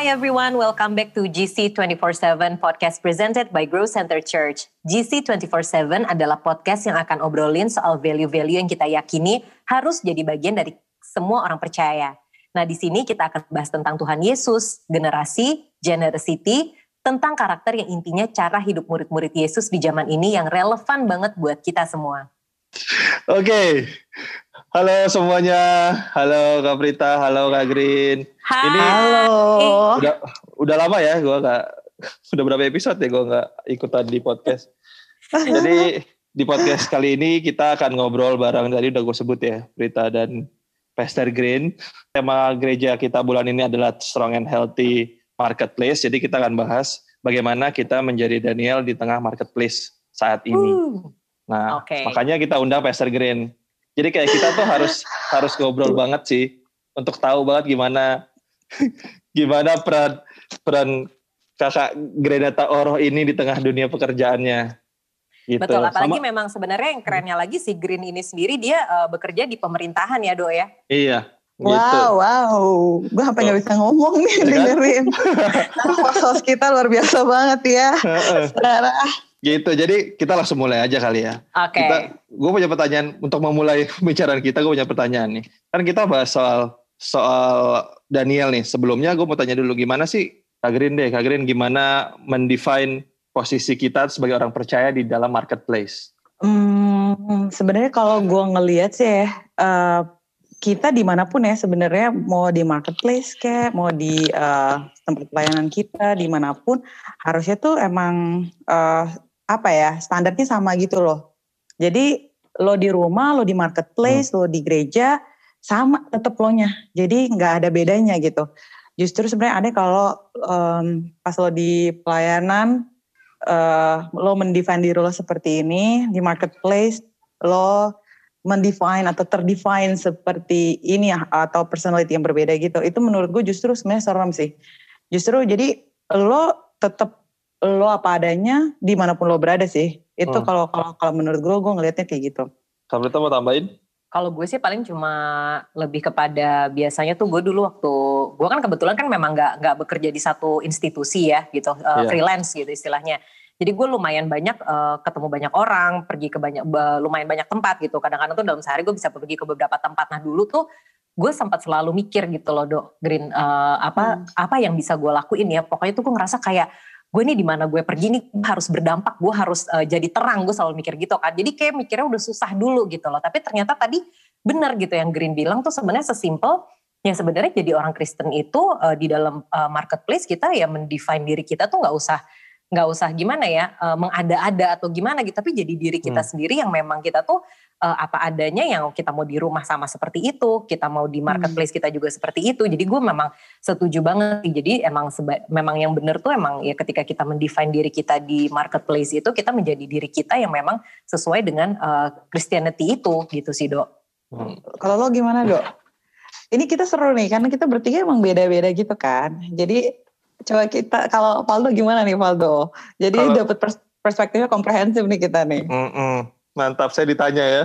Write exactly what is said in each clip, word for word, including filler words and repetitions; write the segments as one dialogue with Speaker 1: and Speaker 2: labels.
Speaker 1: Hi everyone, welcome back to G C two four seven podcast presented by Growth Center Church. G C two four seven adalah podcast yang akan obrolin soal value-value yang kita yakini harus jadi bagian dari semua orang percaya. Nah, di sini kita akan bahas tentang Tuhan Yesus, generasi, generosity, tentang karakter yang intinya cara hidup murid-murid Yesus di zaman ini yang relevan banget buat kita semua.
Speaker 2: Oke, okay. Halo semuanya, halo Kak Prita, halo Kak Green.
Speaker 1: Hai.
Speaker 2: Ini
Speaker 3: halo.
Speaker 2: Udah udah lama ya, gue nggak, udah berapa episode ya gue nggak ikutan di podcast. Jadi di podcast kali ini kita akan ngobrol bareng, tadi udah gue sebut ya, Prita dan Pastor Green. Tema gereja kita bulan ini adalah Strong and Healthy Marketplace. Jadi kita akan bahas bagaimana kita menjadi Daniel di tengah marketplace saat ini. Uh. Nah, okay. Makanya kita undang Pastor Green. Jadi kayak kita tuh harus harus ngobrol banget sih untuk tahu banget gimana gimana peran peran kakak Grenata Oroh ini di tengah dunia pekerjaannya. Gitu.
Speaker 1: Betul, apalagi Sama, memang sebenarnya yang kerennya lagi si Green ini sendiri dia uh, bekerja di pemerintahan ya, Dok ya.
Speaker 2: Iya.
Speaker 3: Wow,
Speaker 2: gitu.
Speaker 3: wow, gue sampai nggak bisa ngomong nih ya dengerin. Kan? Host kita luar biasa banget ya. Saudara.
Speaker 2: Gitu, jadi kita langsung mulai aja kali ya.
Speaker 1: Oke.
Speaker 2: Okay. Gue punya pertanyaan untuk memulai pembicaraan kita. Gue punya pertanyaan nih. Kan kita bahas soal soal Daniel nih. Sebelumnya gue mau tanya dulu gimana sih Kak Green deh, Kak Green gimana mendefine posisi kita sebagai orang percaya di dalam marketplace?
Speaker 3: Hmm, sebenarnya kalau gue ngelihat sih ya, uh, kita dimanapun ya sebenarnya mau di marketplace kayak mau di uh, tempat pelayanan kita dimanapun harusnya tuh emang uh, apa ya standarnya sama gitu loh. Jadi lo di rumah, lo di marketplace, hmm. lo di gereja sama tetap lo nya. Jadi nggak ada bedanya gitu. Justru sebenarnya ada kalau um, pas lo di pelayanan uh, lo mendefine diri lo seperti ini, di marketplace lo mendefine atau terdefine seperti ini ya, atau personality yang berbeda gitu. Itu menurut gue justru sebenarnya serem sih. Justru jadi lo tetap lo apa adanya dimanapun lo berada sih. Itu kalau hmm. kalau kalau menurut gue gue ngelihatnya kayak gitu.
Speaker 2: Kamu mau tambahin?
Speaker 1: Kalau gue sih paling cuma lebih kepada biasanya tuh gue dulu waktu gue kan kebetulan kan memang nggak nggak bekerja di satu institusi ya gitu, uh, yeah. freelance gitu istilahnya. Jadi gue lumayan banyak uh, ketemu banyak orang, pergi ke banyak uh, lumayan banyak tempat gitu. Kadang-kadang tuh dalam sehari gue bisa pergi ke beberapa tempat. Nah dulu tuh gue sempat selalu mikir gitu loh, Dok Green, uh, apa hmm. apa yang bisa gue lakuin ya. Pokoknya tuh gue ngerasa kayak gue nih di mana gue pergi nih harus berdampak, gue harus uh, jadi terang. Gue selalu mikir gitu kan. Jadi kayak mikirnya udah susah dulu gitu loh. Tapi ternyata tadi benar gitu yang Green bilang tuh sebenarnya sesimpel ya sebenarnya jadi orang Kristen itu uh, di dalam uh, marketplace kita ya mendefine diri kita tuh nggak usah nggak usah gimana ya uh, mengada-ada atau gimana gitu, tapi jadi diri kita hmm. sendiri yang memang kita tuh uh, apa adanya, yang kita mau di rumah sama seperti itu, kita mau di marketplace hmm. kita juga seperti itu. Jadi gue memang setuju banget. Jadi emang seba- memang yang benar tuh emang ya ketika kita mendefine diri kita di marketplace itu kita menjadi diri kita yang memang sesuai dengan uh, Christianity itu gitu sih, Dok.
Speaker 3: Hmm. Kalau lo gimana, Dok? Ini kita seru nih karena kita bertiga emang beda-beda gitu kan. Jadi coba kita, kalau Valdo gimana nih Valdo? Jadi kalau, dapat pers- perspektifnya komprehensif nih kita nih.
Speaker 2: Mm-mm. Mantap, saya ditanya ya.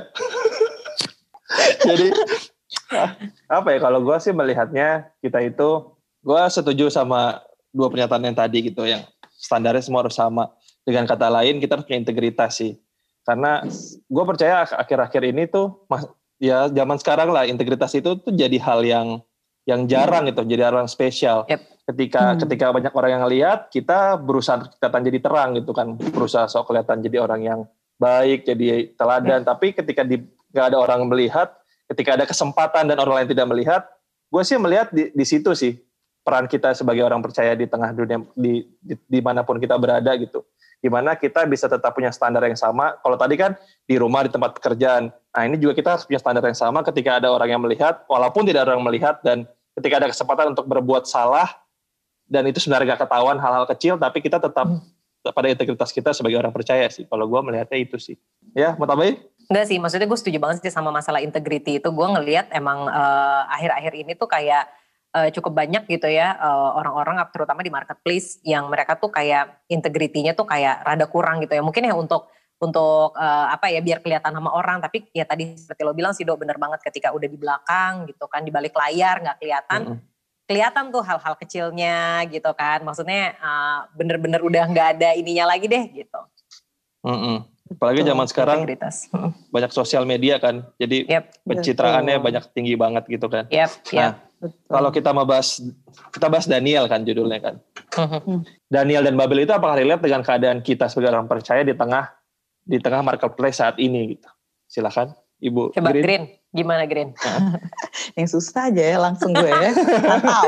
Speaker 2: Jadi apa ya, kalau gue sih melihatnya kita itu, gue setuju sama dua pernyataan yang tadi gitu, yang standarnya semua harus sama. Dengan kata lain kita harus punya integritas sih. Karena gue percaya akhir-akhir ini tuh, ya zaman sekarang lah integritas itu tuh jadi hal yang yang jarang gitu, jadi hal yang spesial. Yep. Ketika hmm. ketika banyak orang yang lihat, kita berusaha kelihatan jadi terang gitu kan, berusaha sok kelihatan jadi orang yang baik, jadi teladan. Hmm. Tapi ketika di, gak ada orang melihat, ketika ada kesempatan dan orang lain tidak melihat, gue sih melihat di, di situ sih peran kita sebagai orang percaya di tengah dunia, di, di dimanapun kita berada gitu. Dimana kita bisa tetap punya standar yang sama. Kalau tadi kan di rumah, di tempat pekerjaan. Nah ini juga kita harus punya standar yang sama ketika ada orang yang melihat, walaupun tidak ada orang melihat, dan ketika ada kesempatan untuk berbuat salah, dan itu sebenarnya gak ketahuan hal-hal kecil, tapi kita tetap hmm. pada integritas kita sebagai orang percaya sih. Kalau gue melihatnya itu sih. Ya, mau tambahin?
Speaker 1: Enggak sih, maksudnya gue setuju banget sih sama masalah integrity itu. Gue ngelihat emang uh, akhir-akhir ini tuh kayak uh, cukup banyak gitu ya uh, orang-orang terutama di marketplace yang mereka tuh kayak integrity-nya tuh kayak rada kurang gitu ya. Mungkin ya untuk untuk uh, apa ya biar kelihatan sama orang, tapi ya tadi seperti lo bilang sih, Do, bener banget ketika udah di belakang gitu kan, di balik layar nggak kelihatan. Mm-hmm. kelihatan tuh hal-hal kecilnya gitu kan. Maksudnya uh, bener-bener udah nggak ada ininya lagi deh gitu.
Speaker 2: Mm-mm. Apalagi
Speaker 1: Betul,
Speaker 2: zaman sekarang
Speaker 1: integritas.
Speaker 2: banyak sosial media kan, jadi
Speaker 1: Yep.
Speaker 2: pencitraannya
Speaker 3: Betul.
Speaker 2: banyak tinggi banget gitu kan.
Speaker 1: Yep, yep.
Speaker 2: Nah, kalau kita mau bahas, kita bahas Daniel kan judulnya kan.
Speaker 1: Hmm.
Speaker 2: Daniel dan Babel itu apakah relate dengan keadaan kita sebagai orang percaya di tengah di tengah marketplace saat ini gitu? Silakan, Ibu.
Speaker 1: Coba
Speaker 2: Green.
Speaker 1: Green, gimana Green?
Speaker 3: Yang susah aja ya langsung gue ya. Mantap.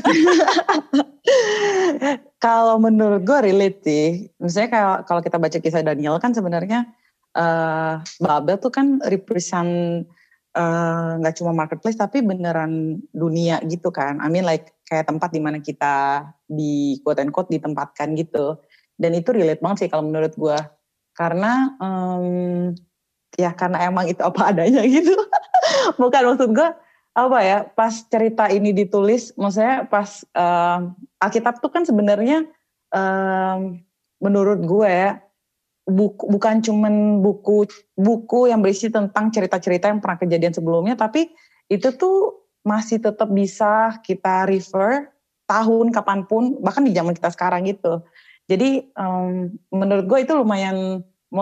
Speaker 3: Kalau menurut gue relate sih. Misalnya kalau kalau kita baca kisah Daniel kan sebenarnya uh, Babel tuh kan represent nggak uh, cuma marketplace tapi beneran dunia gitu kan. I mean like kayak tempat di mana kita di quote and quote ditempatkan gitu. Dan itu relate banget sih kalau menurut gue. Karena um, ya karena emang itu apa adanya gitu. Bukan maksud gue apa ya, pas cerita ini ditulis, maksudnya pas uh, Alkitab tuh kan sebenarnya um, menurut gue ya, buku, bukan cuman buku buku yang berisi tentang cerita-cerita yang pernah kejadian sebelumnya, tapi itu tuh masih tetap bisa kita refer tahun kapanpun, bahkan di zaman kita sekarang gitu. Jadi um, menurut gue itu lumayan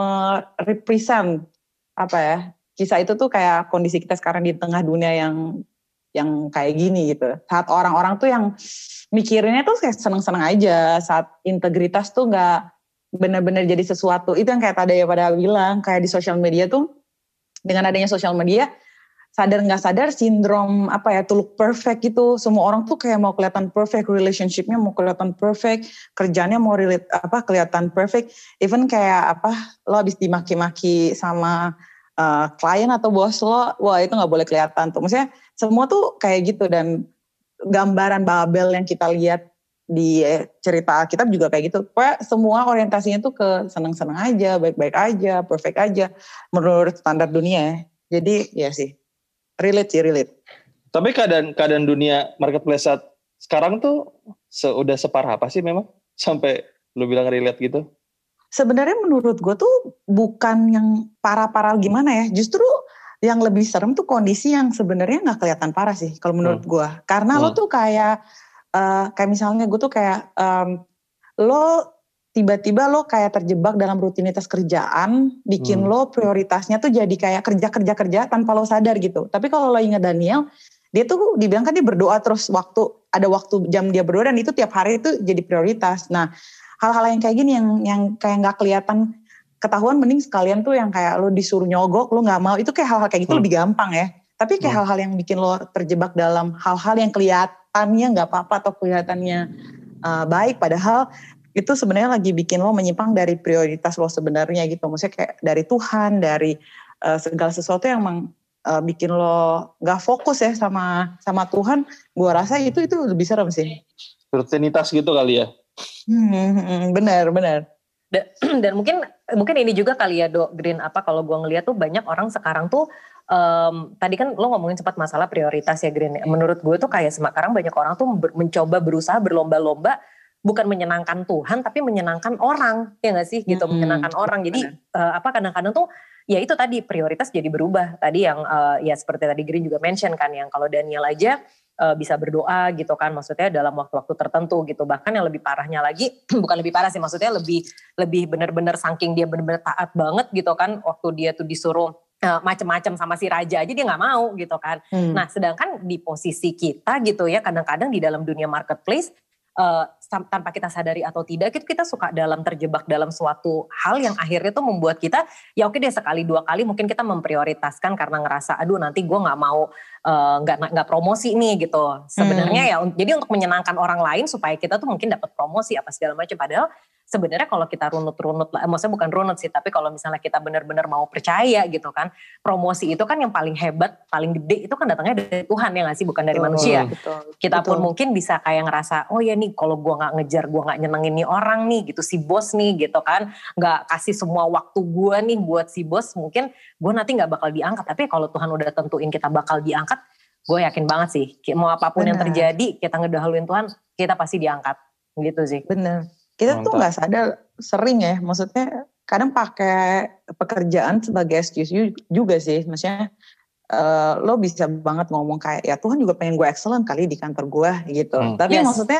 Speaker 3: merepresent apa ya, kisah itu tuh kayak kondisi kita sekarang di tengah dunia yang yang kayak gini gitu. Saat orang-orang tuh yang mikirinnya tuh kayak seneng-seneng aja. Saat integritas tuh gak benar-benar jadi sesuatu. Itu yang kayak tadi ya pada bilang, kayak di sosial media tuh, dengan adanya sosial media, sadar gak sadar sindrom apa ya, to look perfect gitu. Semua orang tuh kayak mau kelihatan perfect, relationship-nya mau kelihatan perfect, kerjanya mau relate, apa kelihatan perfect. Even kayak apa, lo habis dimaki-maki sama Uh, klien atau bos lo, wah itu nggak boleh kelihatan tuh. Maksudnya semua tuh kayak gitu, dan gambaran Babel yang kita lihat di cerita Alkitab juga kayak gitu. Pokoknya semua orientasinya tuh ke seneng-seneng aja, baik-baik aja, perfect aja menurut standar dunia. Jadi ya sih, relate sih relate.
Speaker 2: Tapi keadaan keadaan dunia marketplace saat sekarang tuh sudah separah apa sih memang sampai lu bilang relate gitu?
Speaker 3: Sebenarnya menurut gue tuh bukan yang parah-parah gimana ya, justru yang lebih serem tuh kondisi yang sebenarnya nggak kelihatan parah sih kalau menurut hmm. gue. Karena hmm. lo tuh kayak uh, kayak misalnya gue tuh kayak um, lo tiba-tiba lo kayak terjebak dalam rutinitas kerjaan, bikin hmm. lo prioritasnya tuh jadi kayak kerja-kerja-kerja tanpa lo sadar gitu. Tapi kalau lo ingat Daniel, dia tuh dibilang kan dia berdoa terus, waktu ada waktu jam dia berdoa, dan itu tiap hari itu jadi prioritas. Nah, hal-hal yang kayak gini yang yang kayak nggak kelihatan ketahuan, mending sekalian tuh yang kayak lo disuruh nyogok, lo nggak mau, itu kayak hal-hal kayak gitu hmm. lebih gampang ya. Tapi kayak hmm. hal-hal yang bikin lo terjebak dalam hal-hal yang kelihatannya nggak apa-apa atau kelihatannya uh, baik, padahal itu sebenarnya lagi bikin lo menyimpang dari prioritas lo sebenarnya gitu. Maksudnya kayak dari Tuhan, dari uh, segala sesuatu yang emang uh, bikin lo nggak fokus ya sama sama Tuhan. Gua rasa itu itu lebih serem sih.
Speaker 2: Rutinitas gitu kali ya.
Speaker 3: Hmm, benar benar.
Speaker 1: Dan, dan mungkin mungkin ini juga kali ya Dok Green, apa kalau gue ngeliat tuh banyak orang sekarang tuh um, tadi kan lo ngomongin sempat masalah prioritas ya Green. Menurut gue tuh kayak sekarang banyak orang tuh ber, mencoba berusaha berlomba-lomba bukan menyenangkan Tuhan tapi menyenangkan orang, ya nggak sih gitu, hmm, menyenangkan orang. Jadi uh, apa kadang-kadang tuh ya itu tadi prioritas jadi berubah. Tadi yang uh, ya seperti tadi Green juga mention kan, yang kalau Daniel aja Uh, bisa berdoa gitu kan, maksudnya dalam waktu-waktu tertentu gitu. Bahkan yang lebih parahnya lagi, bukan lebih parah sih, maksudnya lebih lebih benar-benar saking dia benar-benar taat banget gitu kan, waktu dia tuh disuruh uh, macem-macem sama si raja aja dia nggak mau gitu kan. Hmm. Nah sedangkan di posisi kita gitu ya, kadang-kadang di dalam dunia marketplace uh, tanpa kita sadari atau tidak, kita, kita suka dalam terjebak dalam suatu hal yang akhirnya tuh membuat kita ya oke deh sekali dua kali mungkin kita memprioritaskan karena ngerasa aduh nanti gue nggak mau nggak uh, nggak promosi nih gitu sebenarnya hmm. ya. Jadi untuk menyenangkan orang lain supaya kita tuh mungkin dapat promosi apa segala macam, padahal sebenarnya kalau kita runut-runut lah, maksudnya bukan runut sih, tapi kalau misalnya kita benar-benar mau percaya gitu kan, promosi itu kan yang paling hebat, paling gede itu kan datangnya dari Tuhan ya nggak sih, bukan dari betul, manusia. Betul, kita betul. Pun mungkin bisa kayak ngerasa oh ya nih kalau gue nggak ngejar, gue nggak nyenengin nih orang nih gitu, si bos nih gitu kan, nggak kasih semua waktu gue nih buat si bos, mungkin gue nanti nggak bakal diangkat. Tapi kalau Tuhan udah tentuin kita bakal diangkat, gue yakin banget sih mau apapun bener. Yang terjadi kita ngedahuluin Tuhan, kita pasti diangkat gitu sih.
Speaker 3: Bener. Kita Mantap. Tuh nggak sadar sering ya, maksudnya kadang pakai pekerjaan sebagai excuse juga sih, maksudnya uh, lo bisa banget ngomong kayak ya Tuhan juga pengen gue excellent kali di kantor gue gitu. Hmm. Tapi yes. maksudnya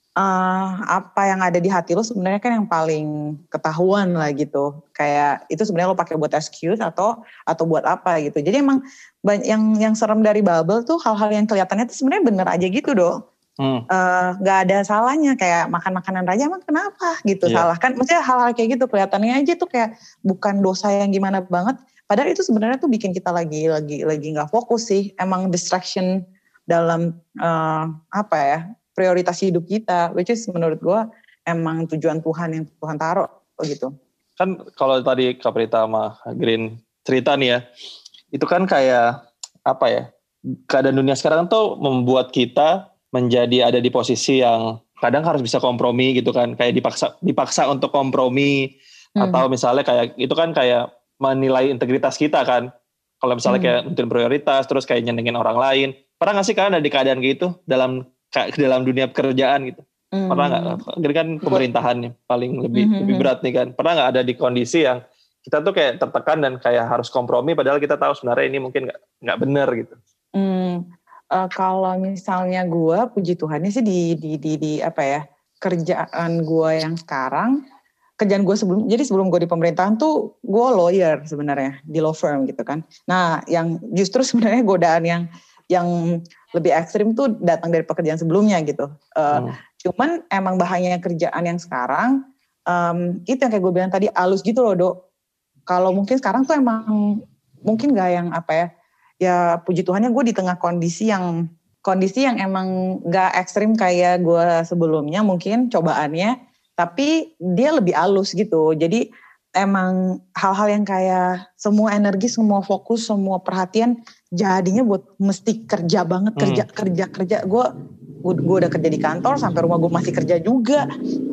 Speaker 3: uh, apa yang ada di hati lo sebenarnya kan yang paling ketahuan lah gitu. Kayak itu sebenarnya lo pakai buat excuse atau atau buat apa gitu. Jadi emang yang yang serem dari bubble tuh hal-hal yang kelihatannya tuh sebenarnya bener aja gitu dong. Hmm. Uh, gak ada salahnya kayak makan makanan raja emang kenapa gitu yeah. salah kan maksudnya hal-hal kayak gitu kelihatannya aja tuh kayak bukan dosa yang gimana banget padahal itu sebenarnya tuh bikin kita lagi lagi lagi nggak fokus sih emang distraction dalam uh, apa ya prioritas hidup kita which is menurut gue emang tujuan Tuhan yang Tuhan taruh gitu
Speaker 2: kan kalau tadi Kak Prita sama Green cerita nih ya itu kan kayak apa ya keadaan dunia sekarang tuh membuat kita menjadi ada di posisi yang kadang harus bisa kompromi gitu kan kayak dipaksa dipaksa untuk kompromi hmm. atau misalnya kayak itu kan kayak menilai integritas kita kan kalau misalnya hmm. kayak mungkin prioritas terus kayak nyenengin orang lain pernah nggak sih kalian ada di keadaan kayak gitu dalam dalam dunia pekerjaan gitu hmm. pernah nggak jadi kan pemerintahan nih paling lebih hmm. lebih berat nih kan pernah nggak ada di kondisi yang kita tuh kayak tertekan dan kayak harus kompromi padahal kita tahu sebenarnya ini mungkin nggak nggak benar gitu.
Speaker 3: Hmm. Uh, kalau misalnya gue, puji Tuhannya sih di, di, di, di apa ya kerjaan gue yang sekarang, kerjaan gue sebelum, jadi sebelum gue di pemerintahan tuh gue lawyer sebenarnya di law firm gitu kan. Nah, yang justru sebenarnya godaan yang yang lebih ekstrim tuh datang dari pekerjaan sebelumnya gitu. Uh, hmm. Cuman emang bahayanya kerjaan yang sekarang um, itu yang kayak gue bilang tadi halus gitu loh Dok. Kalau mungkin sekarang tuh emang mungkin gak yang apa ya. Ya puji Tuhannya gue di tengah kondisi yang kondisi yang emang gak ekstrim kayak gue sebelumnya mungkin cobaannya, tapi dia lebih halus gitu. Jadi emang hal-hal yang kayak semua energi, semua fokus, semua perhatian jadinya buat mesti kerja banget, kerja hmm. kerja kerja. Gue gue udah kerja di kantor sampai rumah gue masih kerja juga,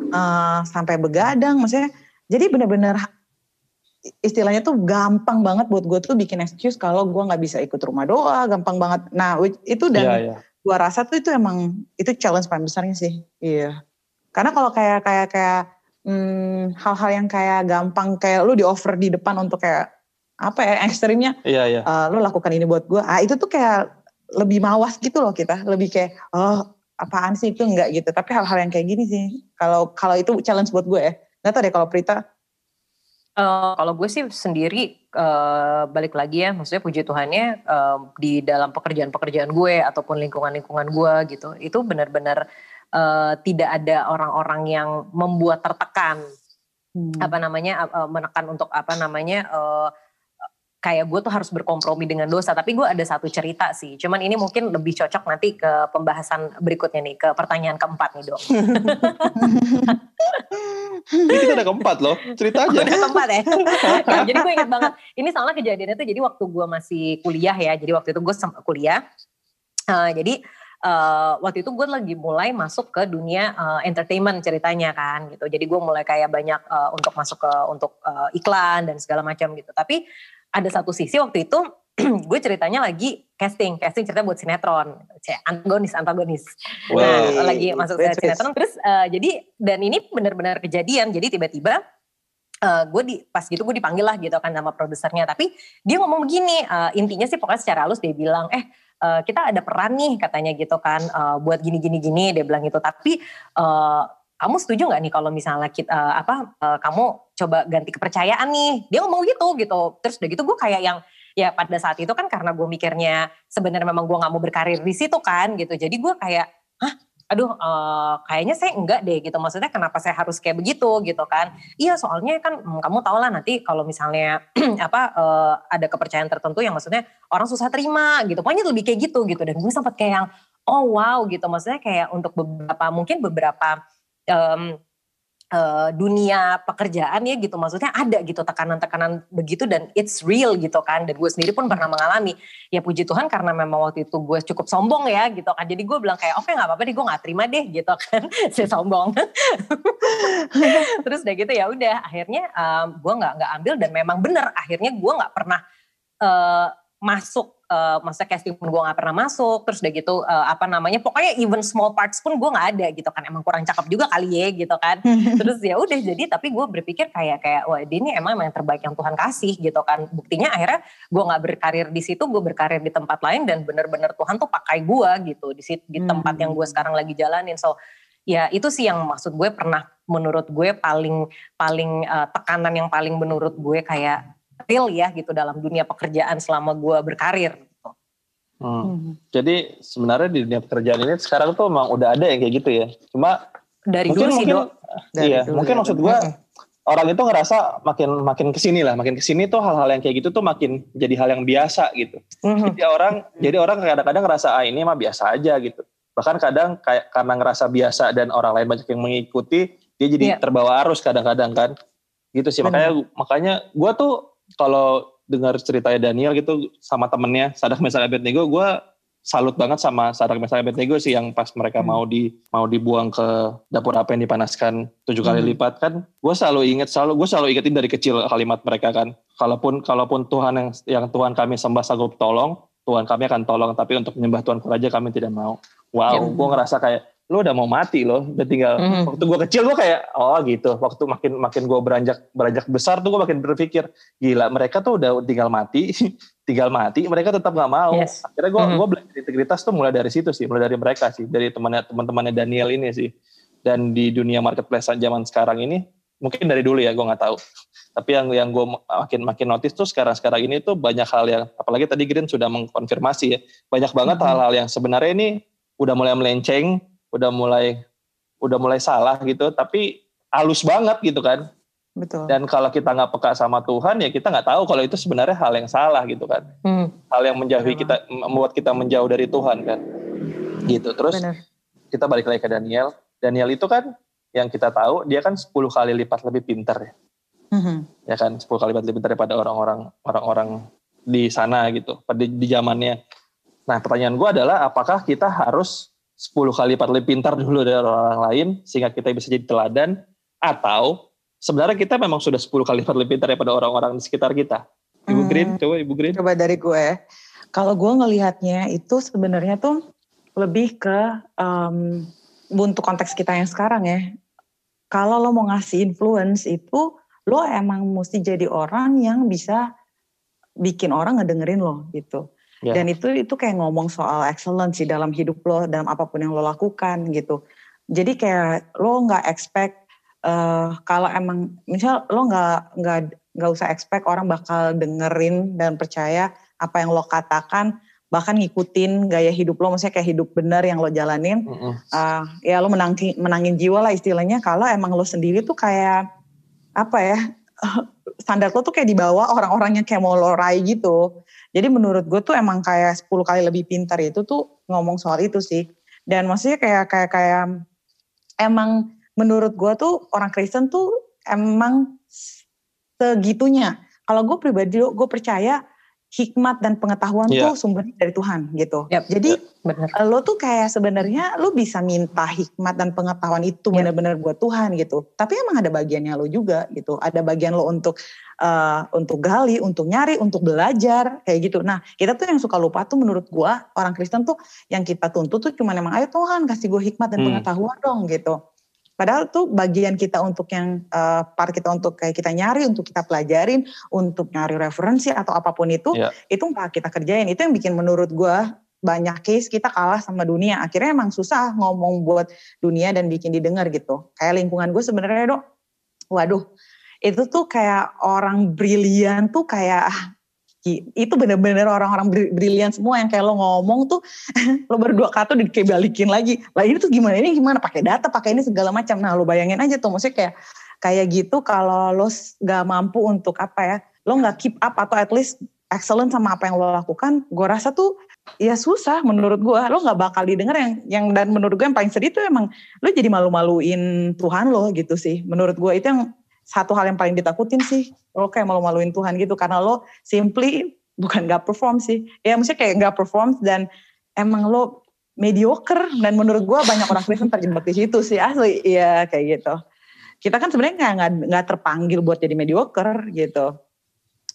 Speaker 3: uh, sampai begadang, maksudnya. Jadi benar-benar istilahnya tuh gampang banget buat gue tuh bikin excuse kalau gue nggak bisa ikut rumah doa, gampang banget. Nah itu dan yeah, yeah. gue rasa tuh itu emang itu challenge paling besarnya sih. Iya. Karena kalau kayak kayak kayak hmm, hal-hal yang kayak gampang kayak lu di offer di depan untuk kayak apa ya ekstrimnya, yeah, yeah. uh, lu lakukan ini buat gue. Ah itu tuh kayak lebih mawas gitu loh kita, lebih kayak oh apaan sih itu enggak gitu. Tapi hal-hal yang kayak gini sih, kalau kalau itu challenge buat gue ya. Nggak tahu deh kalau Prita.
Speaker 1: Uh, kalau gue sih sendiri uh, balik lagi ya, maksudnya puji Tuhannya uh, di dalam pekerjaan-pekerjaan gue ataupun lingkungan-lingkungan gue gitu, itu benar-benar uh, tidak ada orang-orang yang membuat tertekan, hmm. apa namanya uh, menekan untuk apa namanya uh, kayak gue tuh harus berkompromi dengan dosa. Tapi gue ada satu cerita sih, cuman ini mungkin lebih cocok nanti ke pembahasan berikutnya nih, ke pertanyaan keempat nih Dok.
Speaker 2: Ini kita udah keempat loh, cerita aja.
Speaker 1: Udah keempat ya. Nah, jadi gue ingat banget, ini soalnya kejadiannya tuh jadi waktu gue masih kuliah ya, jadi waktu itu gue kuliah, uh, jadi uh, waktu itu gue lagi mulai masuk ke dunia uh, entertainment ceritanya kan gitu. Jadi gue mulai kayak banyak uh, untuk masuk ke untuk uh, iklan dan segala macam gitu. Tapi ada satu sisi waktu itu gue ceritanya lagi casting, casting cerita buat sinetron, antagonis, antagonis. Wow. Nah, lagi masuk ke sinetron, terus uh, jadi dan ini benar-benar kejadian. Jadi tiba-tiba uh, gue di pas gitu gue dipanggil lah gitu kan sama produsernya. Tapi dia ngomong begini, uh, intinya sih pokoknya secara halus dia bilang, eh uh, kita ada peran nih katanya gitu kan, uh, buat gini-gini-gini dia bilang gitu. Tapi uh, kamu setuju nggak nih kalau misalnya kita uh, apa uh, kamu coba ganti kepercayaan nih? Dia ngomong gitu gitu. Terus udah gitu gue kayak yang ya pada saat itu kan karena gue mikirnya sebenarnya memang gue nggak mau berkarir di situ kan gitu. Jadi gue kayak, hah, aduh, uh, kayaknya saya enggak deh gitu. Maksudnya kenapa saya harus kayak begitu gitu kan? Iya soalnya kan hmm, kamu tau lah nanti kalau misalnya apa uh, ada kepercayaan tertentu yang maksudnya orang susah terima gitu. Pokoknya lebih kayak gitu gitu. Dan gue sempat kayak yang, oh wow gitu. Maksudnya kayak untuk beberapa mungkin beberapa Um, uh, dunia pekerjaan ya gitu, maksudnya ada gitu tekanan-tekanan begitu dan it's real gitu kan, dan gue sendiri pun pernah mengalami. Ya puji Tuhan karena memang waktu itu gue cukup sombong ya gitu kan, jadi gue bilang kayak oke okay, nggak apa-apa deh, gue nggak terima deh gitu kan, saya sombong. Terus udah gitu ya udah akhirnya um, gue nggak nggak ambil dan memang bener akhirnya gue nggak pernah uh, masuk, uh, maksudnya casting pun gue gak pernah masuk, terus udah gitu uh, apa namanya, pokoknya even small parts pun gue gak ada gitu kan, emang kurang cakep juga kali ya gitu kan. Terus ya udah jadi, tapi gue berpikir kayak kayak wah ini emang emang yang terbaik yang Tuhan kasih gitu kan. Buktinya akhirnya gue gak berkarir di situ, gue berkarir di tempat lain dan bener-bener Tuhan tuh pakai gue gitu di situ, di tempat yang gue sekarang lagi jalanin. So ya itu sih yang maksud gue pernah menurut gue paling paling uh, tekanan yang paling menurut gue kayak real ya gitu dalam dunia pekerjaan selama gue berkarir. Gitu.
Speaker 2: Hmm. Hmm. Jadi sebenarnya di dunia pekerjaan ini sekarang tuh emang udah ada yang kayak gitu ya. Cuma
Speaker 1: dari
Speaker 2: mungkin,
Speaker 1: dulu sih
Speaker 2: mungkin,
Speaker 1: Dok.
Speaker 2: Iya, dulu mungkin ya, maksud gue hmm. orang itu ngerasa makin makin kesini lah, makin kesini tuh hal-hal yang kayak gitu tuh makin jadi hal yang biasa gitu. Hmm. Jadi orang, jadi orang kadang-kadang ngerasa ah ini mah biasa aja gitu. Bahkan kadang kayak karena ngerasa biasa dan orang lain banyak yang mengikuti, dia jadi yeah. terbawa arus kadang-kadang kan. Gitu sih. Makanya Bener. makanya gue tuh kalau dengar ceritanya Daniel gitu sama temennya Sadrak Mesak Abednego, gue salut banget sama Sadrak Mesak Abednego sih yang pas mereka hmm. mau di mau dibuang ke dapur api yang dipanaskan tujuh kali hmm. lipat kan. Gue selalu ingat selalu gue selalu ingetin dari kecil kalimat mereka kan. Kalaupun kalaupun Tuhan yang yang Tuhan kami sembah sanggup tolong, Tuhan kami akan tolong, tapi untuk menyembah Tuhan saja kami tidak mau. Wow, ya, gue ngerasa kayak lo udah mau mati lo, udah tinggal. Mm-hmm. Waktu gue kecil gue kayak, oh gitu. Waktu makin makin gue beranjak beranjak besar tuh gue makin berpikir, gila mereka tuh udah tinggal mati, tinggal mati, mereka tetap nggak mau. Yes. Akhirnya gue mm-hmm. gue belajar integritas tuh mulai dari situ sih, mulai dari mereka sih, dari temannya teman-temannya Daniel ini sih. Dan di dunia marketplace zaman sekarang ini, mungkin dari dulu ya gue nggak tahu. Tapi yang yang gue makin makin notice tuh sekarang-sekarang ini tuh banyak hal yang, apalagi tadi Green sudah mengkonfirmasi ya, banyak banget mm-hmm. hal-hal yang sebenarnya ini udah mulai melenceng, udah mulai udah mulai salah gitu, tapi halus banget gitu kan.
Speaker 3: Betul.
Speaker 2: Dan kalau kita nggak peka sama Tuhan ya kita nggak tahu kalau itu sebenarnya hal yang salah gitu kan. Hmm. Hal yang menjauhi Betul. kita, membuat kita menjauh dari Tuhan kan. Gitu. Terus Bener. kita balik lagi ke Daniel. Daniel itu kan yang kita tahu dia kan sepuluh kali lipat lebih pintar ya. Hmm. Ya kan, sepuluh kali lipat lebih pintar daripada orang-orang orang-orang di sana gitu, di, di zamannya. Nah pertanyaan gue adalah apakah kita harus sepuluh kali lipat lebih pintar dulu dari orang lain sehingga kita bisa jadi teladan, atau sebenarnya kita memang sudah sepuluh kali lipat lebih pintar daripada orang-orang di sekitar kita? Ibu hmm, Green, coba Ibu Green.
Speaker 3: Coba dari gue, kalau gue ngelihatnya itu sebenarnya tuh lebih ke um, untuk konteks kita yang sekarang ya. Kalau lo mau ngasih influence itu, lo emang mesti jadi orang yang bisa bikin orang ngedengerin lo gitu. Yeah. Dan itu itu kayak ngomong soal excellence sih dalam hidup lo, dalam apapun yang lo lakukan gitu. Jadi kayak lo nggak expect uh, kalau emang misal lo nggak nggak nggak usah expect orang bakal dengerin dan percaya apa yang lo katakan, bahkan ngikutin gaya hidup lo, maksudnya kayak hidup benar yang lo jalanin. Mm-hmm. Uh, ya lo menangin menangin jiwa lah istilahnya. Kalau emang lo sendiri tuh kayak apa ya? Standar lo tuh kayak di bawah orang-orang yang kayak mau lo raih gitu. Jadi menurut gue tuh emang kayak sepuluh kali lebih pintar itu tuh ngomong soal itu sih. Dan maksudnya kayak kayak kayak emang menurut gue tuh orang Kristen tuh emang segitunya. Kalau gue pribadi gue percaya hikmat dan pengetahuan yeah. tuh sumbernya dari Tuhan gitu. Yep. Jadi yep. lo tuh kayak sebenarnya lo bisa minta hikmat dan pengetahuan itu yep. benar-benar buat Tuhan gitu. Tapi emang ada bagiannya lo juga gitu. Ada bagian lo untuk uh, untuk gali, untuk nyari, untuk belajar kayak gitu. Nah kita tuh yang suka lupa tuh menurut gue orang Kristen tuh yang kita tuntut tuh cuma emang ayo Tuhan kasih gue hikmat dan hmm. pengetahuan dong gitu. Padahal tuh bagian kita untuk yang uh, part kita untuk kayak kita nyari, untuk kita pelajarin, untuk nyari referensi atau apapun itu, yeah. itu nggak kita kerjain. Itu yang bikin menurut gue banyak case kita kalah sama dunia. Akhirnya emang susah ngomong buat dunia dan bikin didengar gitu. Kayak lingkungan gue sebenarnya Dok, waduh itu tuh kayak orang brilian tuh kayak itu bener-bener orang-orang brilian semua yang kayak lo ngomong tuh lo berdua kata udah kayak balikin lagi lah ini tuh gimana ini gimana pakai data pakai ini segala macam. Nah lo bayangin aja tuh maksudnya kayak kayak gitu kalau lo gak mampu untuk apa ya lo gak keep up atau at least excellent sama apa yang lo lakukan, gue rasa tuh ya susah menurut gue. Lo gak bakal didengar yang yang dan menurut gue yang paling sedih tuh emang lo jadi malu-maluin Tuhan lo gitu sih. Menurut gue itu yang satu hal yang paling ditakutin sih, lo kayak malu-maluin Tuhan gitu karena lo simply bukan gak perform sih, ya maksudnya kayak gak perform dan emang lo mediocre dan menurut gue banyak orang Kristen terjebak di situ sih asli, ya kayak gitu. Kita kan sebenarnya nggak nggak terpanggil buat jadi mediocre gitu.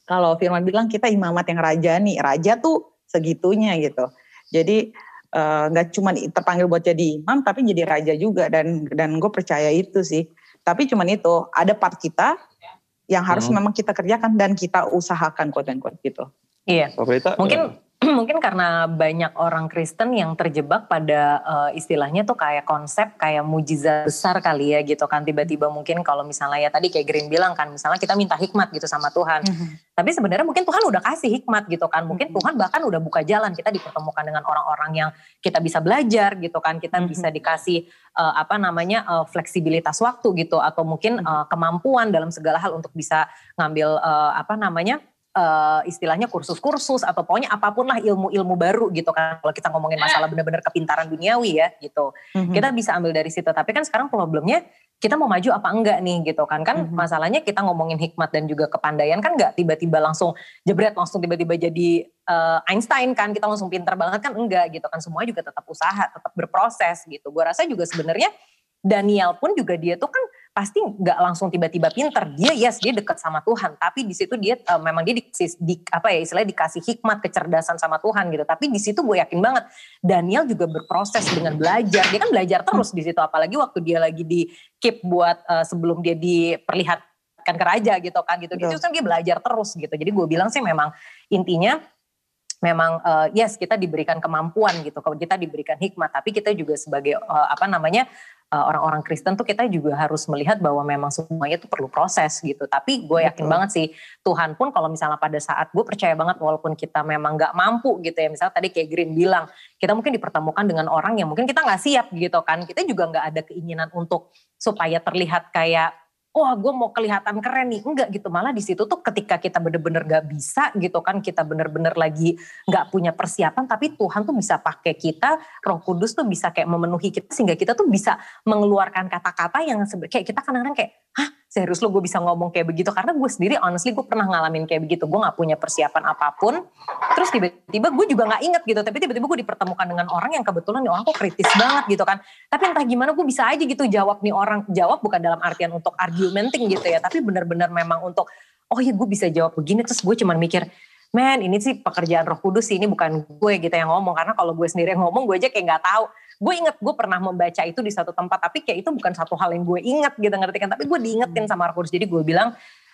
Speaker 3: Kalau firman bilang kita imamat yang raja nih, raja tuh segitunya gitu. Jadi nggak uh, cuma terpanggil buat jadi imam, tapi jadi raja juga, dan dan gue percaya itu sih. Tapi cuman itu ada part kita yang harus hmm. memang kita kerjakan dan kita usahakan quote and quote gitu.
Speaker 1: Iya. Mungkin mungkin karena banyak orang Kristen yang terjebak pada uh, istilahnya tuh kayak konsep kayak mujizat besar kali ya gitu kan, tiba-tiba mungkin kalau misalnya ya tadi kayak Green bilang kan, misalnya kita minta hikmat gitu sama Tuhan, mm-hmm. tapi sebenarnya mungkin Tuhan udah kasih hikmat gitu kan, mungkin mm-hmm. Tuhan bahkan udah buka jalan, kita dipertemukan dengan orang-orang yang kita bisa belajar gitu kan, kita mm-hmm. bisa dikasih uh, apa namanya uh, fleksibilitas waktu gitu, atau mungkin uh, kemampuan dalam segala hal untuk bisa ngambil uh, apa namanya Uh, istilahnya kursus-kursus atau pokoknya apapun lah ilmu-ilmu baru gitu kan, kalau kita ngomongin masalah benar-benar kepintaran duniawi ya gitu, mm-hmm. kita bisa ambil dari situ. Tapi kan sekarang problemnya kita mau maju apa enggak nih gitu kan, kan mm-hmm. masalahnya kita ngomongin hikmat dan juga kepandaian kan enggak tiba-tiba langsung jebret langsung tiba-tiba jadi uh, Einstein kan, kita langsung pintar banget kan, enggak gitu kan, semuanya juga tetap usaha, tetap berproses gitu. Gue rasa juga sebenarnya Daniel pun juga dia tuh kan pasti nggak langsung tiba-tiba pinter. Dia yes dia dekat sama Tuhan, tapi di situ dia uh, memang dia di, di apa ya istilahnya dikasih hikmat, kecerdasan sama Tuhan gitu. Tapi di situ gue yakin banget Daniel juga berproses dengan belajar. Dia kan belajar terus di situ, apalagi waktu dia lagi di keep buat uh, sebelum dia diperlihatkan ke raja gitu kan gitu. Itu kan dia belajar terus gitu. Jadi gue bilang sih memang intinya memang uh, yes kita diberikan kemampuan gitu, kalau kita diberikan hikmat, tapi kita juga sebagai uh, apa namanya uh, orang-orang Kristen tuh kita juga harus melihat bahwa memang semuanya tuh perlu proses gitu. Tapi gue yakin Betul. banget sih Tuhan pun kalau misalnya pada saat gue percaya banget walaupun kita memang nggak mampu gitu ya, misalnya tadi kayak Green bilang kita mungkin dipertemukan dengan orang yang mungkin kita nggak siap gitu kan, kita juga nggak ada keinginan untuk supaya terlihat kayak wah gue mau kelihatan keren nih, enggak gitu. Malah di situ tuh ketika kita bener-bener gak bisa gitu kan, kita bener-bener lagi gak punya persiapan, tapi Tuhan tuh bisa pakai kita, Roh Kudus tuh bisa kayak memenuhi kita, sehingga kita tuh bisa mengeluarkan kata-kata yang kayak kita kadang-kadang kayak, hah serius lo gue bisa ngomong kayak begitu? Karena gue sendiri honestly gue pernah ngalamin kayak begitu, gue gak punya persiapan apapun, terus tiba-tiba gue juga gak inget gitu, tapi tiba-tiba gue dipertemukan dengan orang yang kebetulan nih orang kok kritis banget gitu kan, tapi entah gimana gue bisa aja gitu jawab nih orang, jawab bukan dalam artian untuk argumenting gitu ya, tapi benar-benar memang untuk, oh ya gue bisa jawab begini, terus gue cuman mikir, man ini sih pekerjaan Roh Kudus sih, ini bukan gue gitu yang ngomong, karena kalau gue sendiri yang ngomong gue aja kayak gak tahu. Gue inget gue pernah membaca itu di satu tempat, tapi kayak itu bukan satu hal yang gue inget gitu, ngerti kan, tapi gue diingetin sama Roh Kudus. Jadi gue bilang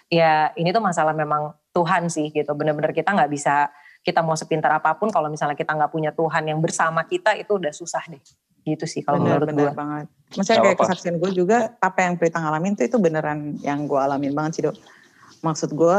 Speaker 1: ya ini tuh masalah memang Tuhan sih gitu, bener-bener kita gak bisa, kita mau sepintar apapun kalau misalnya kita gak punya Tuhan yang bersama kita, itu udah susah deh gitu sih kalau menurut gue.
Speaker 3: Bener banget, maksudnya kayak kesaksian gue juga, apa yang Prita ngalamin tuh itu beneran yang gue alamin banget sih Dok. Maksud gue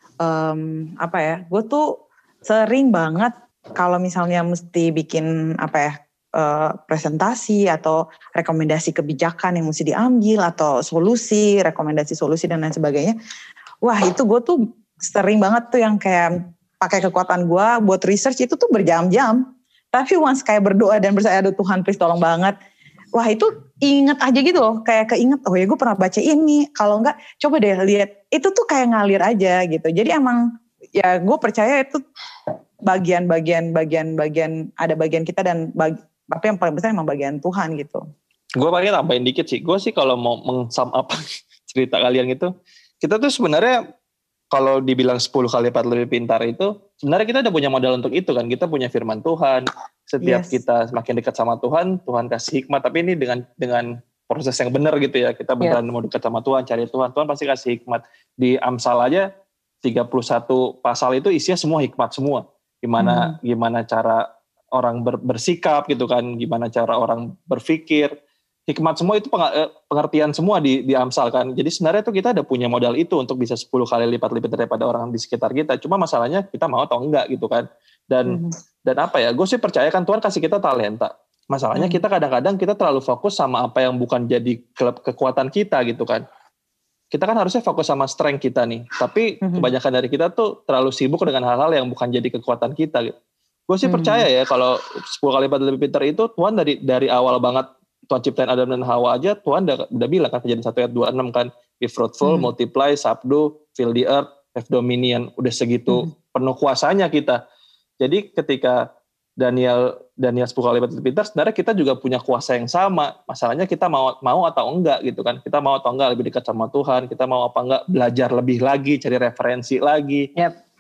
Speaker 3: um, apa ya, gue tuh sering banget kalau misalnya mesti bikin apa ya, Uh, presentasi atau rekomendasi kebijakan yang mesti diambil atau solusi, rekomendasi solusi dan lain sebagainya. Wah itu gue tuh sering banget tuh yang kayak pakai kekuatan gue buat research itu tuh berjam-jam. Tapi once kayak berdoa dan bersaya, aduh Tuhan please tolong banget. Wah itu inget aja gitu loh, kayak keinget, oh ya gue pernah baca ini. Kalau enggak coba deh lihat, itu tuh kayak ngalir aja gitu. Jadi emang ya gue percaya itu bagian-bagian bagian-bagian ada bagian kita dan bagi, tapi yang paling besar emang bagian Tuhan gitu.
Speaker 2: Gue paling tambahin dikit sih. Gue sih kalau mau meng-sum up cerita kalian gitu, kita tuh sebenarnya kalau dibilang sepuluh kali lipat lebih pintar itu, sebenarnya kita udah punya modal untuk itu kan. Kita punya firman Tuhan. Setiap yes. kita semakin dekat sama Tuhan, Tuhan kasih hikmat. Tapi ini dengan dengan proses yang benar gitu ya. Kita beneran yeah. mau dekat sama Tuhan, cari Tuhan. Tuhan pasti kasih hikmat. Di Amsal aja tiga puluh satu pasal itu isinya semua hikmat semua. Gimana hmm. gimana cara orang ber, bersikap gitu kan, gimana cara orang berpikir, hikmat semua itu pengertian semua di, di Amsal kan. Jadi sebenarnya tuh kita ada punya modal itu untuk bisa sepuluh kali lipat-lipat daripada orang di sekitar kita. Cuma masalahnya kita mau atau enggak gitu kan. Dan mm-hmm. dan apa ya, gue sih percaya kan Tuhan kasih kita talenta. Masalahnya mm-hmm. kita kadang-kadang kita terlalu fokus sama apa yang bukan jadi klub kekuatan kita gitu kan. Kita kan harusnya fokus sama strength kita nih. Tapi mm-hmm. kebanyakan dari kita tuh terlalu sibuk dengan hal-hal yang bukan jadi kekuatan kita gitu. Gue sih hmm. percaya ya kalau sepuluh kali lipat lebih pintar itu Tuhan dari dari awal banget Tuhan ciptain Adam dan Hawa aja Tuhan udah, udah bilang kan Kejadian satu ayat dua puluh enam kan, be fruitful, hmm. multiply, subdue, fill the earth, have dominion. Udah segitu hmm. penuh kuasanya kita. Jadi ketika Daniel Daniel sepuluh kali lipat lebih pintar, sebenarnya kita juga punya kuasa yang sama. Masalahnya kita mau mau atau enggak gitu kan. Kita mau atau enggak lebih dekat sama Tuhan, kita mau apa enggak belajar lebih lagi, cari referensi lagi.
Speaker 1: Yep.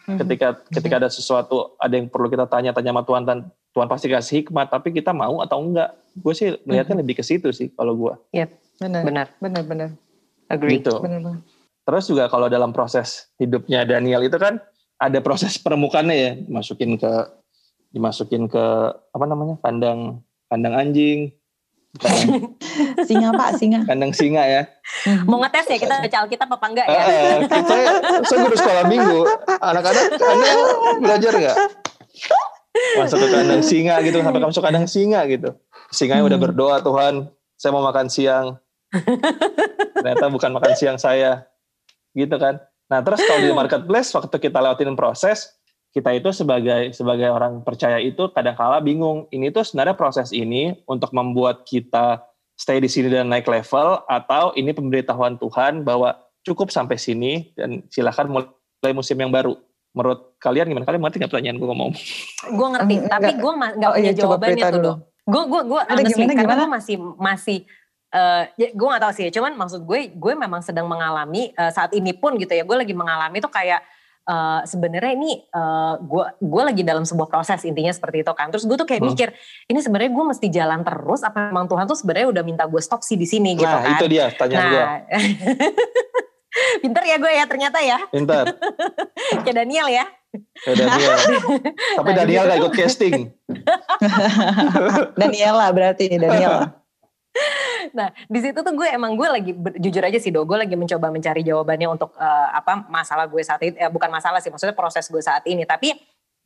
Speaker 2: Ketika ketika ada sesuatu, ada yang perlu kita tanya-tanya sama Tuhan, dan Tuhan pasti kasih hikmat, tapi kita mau atau enggak. Gue sih melihatnya lebih ke situ sih kalau gue.
Speaker 1: Iya, benar. Benar, benar, benar. Agree.
Speaker 2: Gitu.
Speaker 3: Benar.
Speaker 2: Terus juga kalau dalam proses hidupnya Daniel itu kan ada proses permukaannya ya, dimasukin ke dimasukin ke apa namanya? kandang kandang anjing.
Speaker 3: Singa Pak, singa.
Speaker 2: Kandang singa ya.
Speaker 1: Mau ngetes ya kita baca Alkitab apa enggak ya?
Speaker 2: Uh, kita, saya guru sekolah minggu. Anak-anak, Anda belajar nggak? Masuk ke kandang singa gitu, sampai masuk kandang singa gitu. Singanya hmm. udah berdoa, Tuhan, saya mau makan siang. Ternyata bukan makan siang saya. Gitu kan. Nah terus kalau di marketplace, waktu kita lewatin proses, kita itu sebagai sebagai orang percaya itu kadang-kala bingung. Ini tuh sebenarnya proses ini untuk membuat kita stay di sini dan naik level, atau ini pemberitahuan Tuhan bahwa cukup sampai sini dan silakan mulai musim yang baru. Menurut kalian gimana? Kalian ngerti nggak pertanyaan gue ngomong?
Speaker 1: Gue ngerti, um, tapi gue nggak oh, punya iya, jawabannya tuh loh. Gue gue gue honestly karena gue masih masih uh, ya, gue nggak tahu sih. Cuman maksud gue gue memang sedang mengalami uh, saat ini pun gitu ya. Gue lagi mengalami tuh kayak Uh, sebenarnya ini uh, gue gue lagi dalam sebuah proses, intinya seperti itu kan. Terus gue tuh kayak hmm. mikir ini sebenarnya gue mesti jalan terus apa memang Tuhan tuh sebenarnya udah minta gue stop sih di sini gitu
Speaker 2: nah,
Speaker 1: kan. Nah
Speaker 2: itu dia tanyaan nah. gue.
Speaker 1: Pinter ya gue ya ternyata ya.
Speaker 2: Pinter.
Speaker 1: Kayak Daniel ya.
Speaker 2: Kayak Daniel. Tapi nah, Daniel gak ikut casting.
Speaker 3: Daniela berarti Daniela.
Speaker 1: Nah di situ tuh gue emang gue lagi jujur aja sih do, gue lagi mencoba mencari jawabannya untuk uh, apa masalah gue saat ini, eh, bukan masalah sih, maksudnya proses gue saat ini. Tapi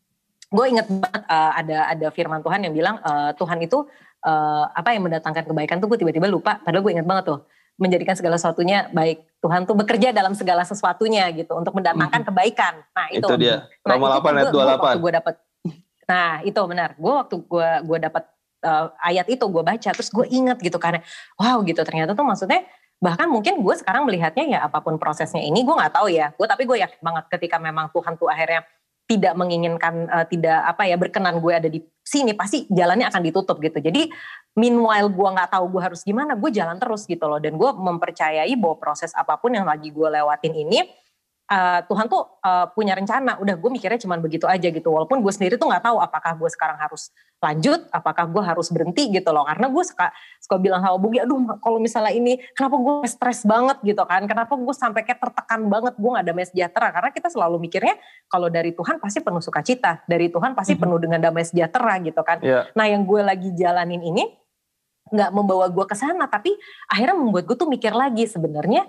Speaker 1: gue inget banget uh, ada ada firman Tuhan yang bilang uh, Tuhan itu uh, apa yang mendatangkan kebaikan tuh gue tiba-tiba lupa. Padahal gue inget banget tuh menjadikan segala sesuatunya baik. Tuhan tuh bekerja dalam segala sesuatunya gitu untuk mendatangkan hmm. kebaikan. Nah itu,
Speaker 2: itu dia. Roma
Speaker 1: nah,
Speaker 2: delapan ayat dua puluh delapan.
Speaker 1: Gue dapet. Nah itu benar. Gue waktu gue gue dapet Uh, ayat itu gue baca terus gue inget gitu karena wow gitu ternyata tuh maksudnya bahkan mungkin gue sekarang melihatnya ya apapun prosesnya ini gue nggak tahu ya gue tapi gue yakin banget ketika memang Tuhan tuh akhirnya tidak menginginkan uh, tidak apa ya berkenan gue ada di sini pasti jalannya akan ditutup gitu. Jadi meanwhile gue nggak tahu gue harus gimana, gue jalan terus gitu loh, dan gue mempercayai bahwa proses apapun yang lagi gue lewatin ini Uh, Tuhan tuh uh, punya rencana. Udah gue mikirnya cuman begitu aja gitu. Walaupun gue sendiri tuh gak tahu apakah gue sekarang harus lanjut, apakah gue harus berhenti gitu loh. Karena gue suka, suka bilang sama Bugi, aduh kalau misalnya ini kenapa gue stres banget gitu kan. Kenapa gue sampai kayak tertekan banget, gue gak damai sejahtera. Karena kita selalu mikirnya kalau dari Tuhan pasti penuh sukacita. Dari Tuhan pasti mm-hmm. penuh dengan damai sejahtera gitu kan. Yeah. Nah yang gue lagi jalanin ini gak membawa gue ke sana, tapi akhirnya membuat gue tuh mikir lagi sebenarnya.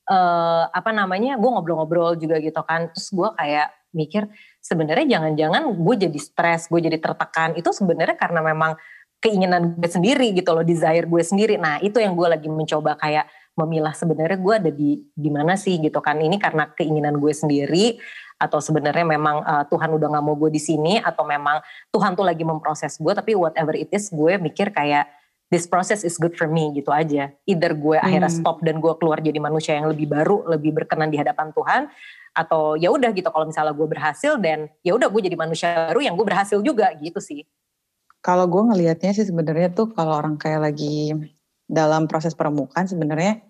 Speaker 1: Uh, apa namanya gue ngobrol-ngobrol juga gitu kan, terus gue kayak mikir sebenarnya jangan-jangan gue jadi stres, gue jadi tertekan itu sebenarnya karena memang keinginan gue sendiri gitu loh, desire gue sendiri. Nah itu yang gue lagi mencoba kayak memilah sebenarnya gue ada di di mana sih gitu kan, ini karena keinginan gue sendiri atau sebenarnya memang uh, Tuhan udah nggak mau gue di sini, atau memang Tuhan tuh lagi memproses gue, tapi whatever it is gue mikir kayak this process is good for me gitu aja. Either gue hmm. akhirnya stop dan gue keluar jadi manusia yang lebih baru, lebih berkenan di hadapan Tuhan, atau ya udah gitu kalau misalnya gue berhasil dan ya udah gue jadi manusia baru yang gue berhasil juga gitu sih.
Speaker 3: Kalau gue ngelihatnya sih sebenarnya tuh kalau orang kayak lagi dalam proses permukaan sebenarnya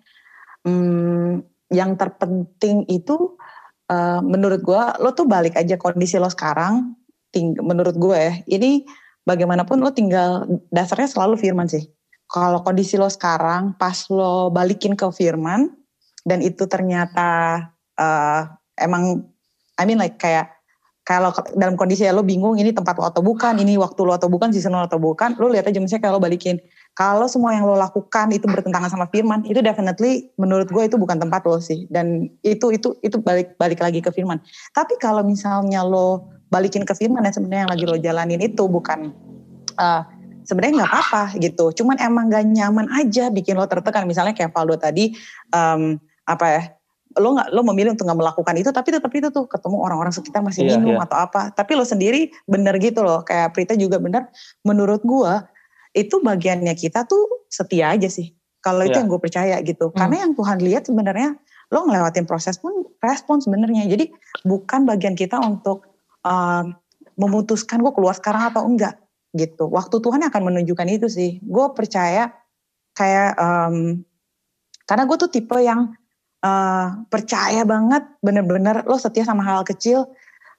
Speaker 3: hmm, yang terpenting itu uh, menurut gue lo tuh balik aja kondisi lo sekarang. Ting- menurut gue ya ini bagaimanapun lo tinggal dasarnya selalu firman sih. Kalau kondisi lo sekarang pas lo balikin ke firman dan itu ternyata uh, emang I mean like kayak kalau dalam kondisi lo bingung ini tempat lo atau bukan, ini waktu lo atau bukan, season lo atau bukan, lo lihat aja misalnya kalau lo balikin. Kalau semua yang lo lakukan itu bertentangan sama firman, itu definitely menurut gue itu bukan tempat lo sih, dan itu itu itu balik balik lagi ke firman. Tapi kalau misalnya lo balikin ke firman ya sebenarnya yang lagi lo jalanin itu bukan uh, sebenarnya nggak apa-apa gitu, cuman emang gak nyaman aja bikin lo tertekan. Misalnya kayak Valdo tadi um, apa ya, lo nggak lo memilih untuk nggak melakukan itu, tapi tetap itu tuh ketemu orang-orang sekitar masih yeah, minum yeah. atau apa, tapi lo sendiri bener gitu loh. Kayak Prita juga bener, menurut gue itu bagiannya kita tuh setia aja sih. Kalau yeah. itu yang gue percaya gitu, hmm. karena yang Tuhan lihat sebenarnya lo ngelewatin proses pun respon sebenarnya. Jadi bukan bagian kita untuk Uh, memutuskan gue keluar sekarang atau enggak gitu. Waktu Tuhan akan menunjukkan itu sih. Gue percaya kayak um, karena gue tuh tipe yang uh, percaya banget bener-bener lo setia sama hal kecil,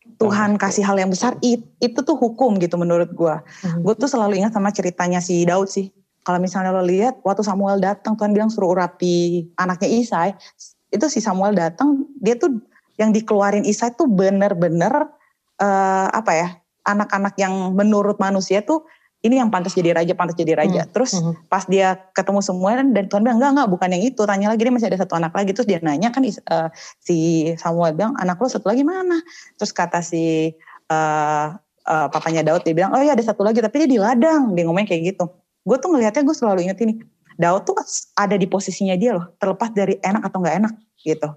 Speaker 3: Tuhan kasih hal yang besar, it, itu tuh hukum gitu menurut gue. Hmm. Gue tuh selalu ingat sama ceritanya si Daud sih. Kalau misalnya lo lihat waktu Samuel datang, Tuhan bilang suruh urapi anaknya Isai. Itu si Samuel datang, dia tuh yang dikeluarin Isai tuh bener-bener uh, apa ya, anak-anak yang menurut manusia tuh ini yang pantas jadi raja, pantas jadi raja. Hmm. Terus hmm. pas dia ketemu semua dan Tuhan bilang enggak, enggak, bukan yang itu. Tanya lagi, dia masih ada satu anak lagi. Terus dia nanya kan uh, si Samuel bilang, anak lo satu lagi mana? Terus kata si uh, uh, papanya Daud, dia bilang, oh iya ada satu lagi, tapi dia di ladang. Dia ngomongnya kayak gitu. Gue tuh ngelihatnya, gue selalu inget ini. Daud tuh ada di posisinya dia loh, terlepas dari enak atau gak enak gitu.